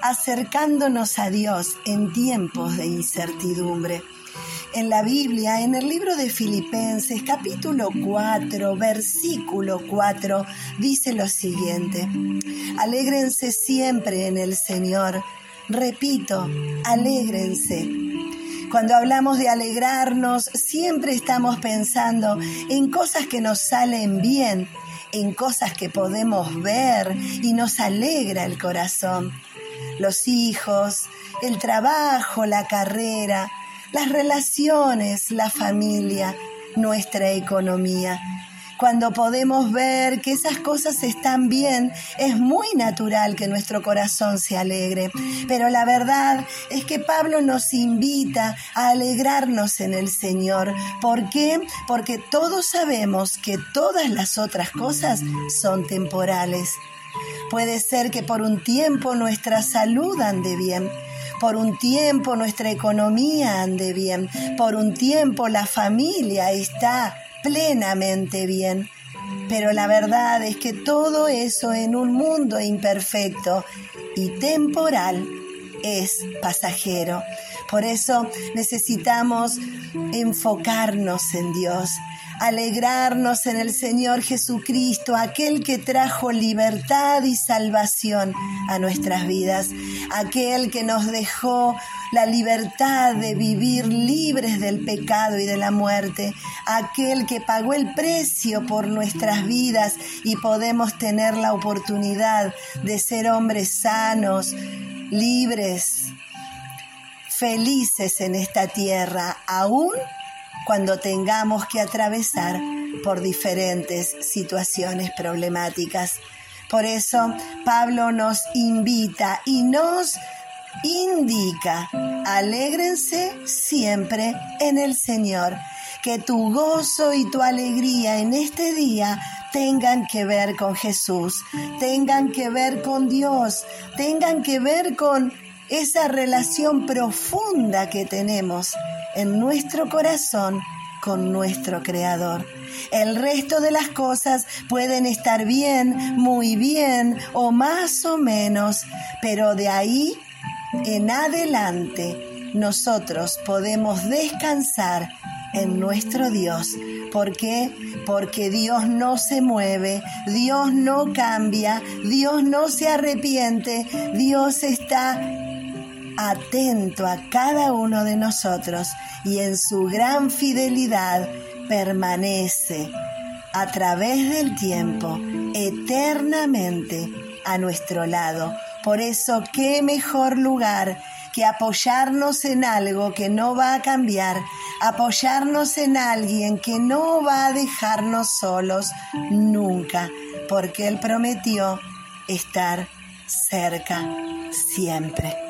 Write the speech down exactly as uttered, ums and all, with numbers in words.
acercándonos a Dios en tiempos de incertidumbre. En la Biblia, en el libro de Filipenses, capítulo cuatro, versículo cuatro, dice lo siguiente: alégrense siempre en el Señor. Repito, alégrense. Cuando hablamos de alegrarnos, siempre estamos pensando en cosas que nos salen bien, en cosas que podemos ver y nos alegra el corazón. Los hijos, el trabajo, la carrera, las relaciones, la familia, nuestra economía. Cuando podemos ver que esas cosas están bien, es muy natural que nuestro corazón se alegre. Pero la verdad es que Pablo nos invita a alegrarnos en el Señor. ¿Por qué? Porque todos sabemos que todas las otras cosas son temporales. Puede ser que por un tiempo nuestra salud ande bien. Por un tiempo nuestra economía ande bien. Por un tiempo la familia está plenamente bien. Pero la verdad es que todo eso en un mundo imperfecto y temporal es pasajero. Por eso necesitamos enfocarnos en Dios, alegrarnos en el Señor Jesucristo, aquel que trajo libertad y salvación a nuestras vidas, aquel que nos dejó la libertad de vivir libres del pecado y de la muerte, aquel que pagó el precio por nuestras vidas y podemos tener la oportunidad de ser hombres sanos, libres, felices en esta tierra, aún cuando tengamos que atravesar por diferentes situaciones problemáticas. Por eso Pablo nos invita y nos indica: alégrense siempre en el Señor. Que tu gozo y tu alegría en este día tengan que ver con Jesús, tengan que ver con Dios, tengan que ver con esa relación profunda que tenemos en nuestro corazón con nuestro Creador. El resto de las cosas pueden estar bien, muy bien o más o menos, pero de ahí en adelante nosotros podemos descansar en nuestro Dios. ¿Por qué? Porque Dios no se mueve, Dios no cambia, Dios no se arrepiente, Dios está atento a cada uno de nosotros y en su gran fidelidad permanece a través del tiempo, eternamente a nuestro lado. Por eso, qué mejor lugar que apoyarnos en algo que no va a cambiar, apoyarnos en alguien que no va a dejarnos solos nunca, porque Él prometió estar cerca siempre.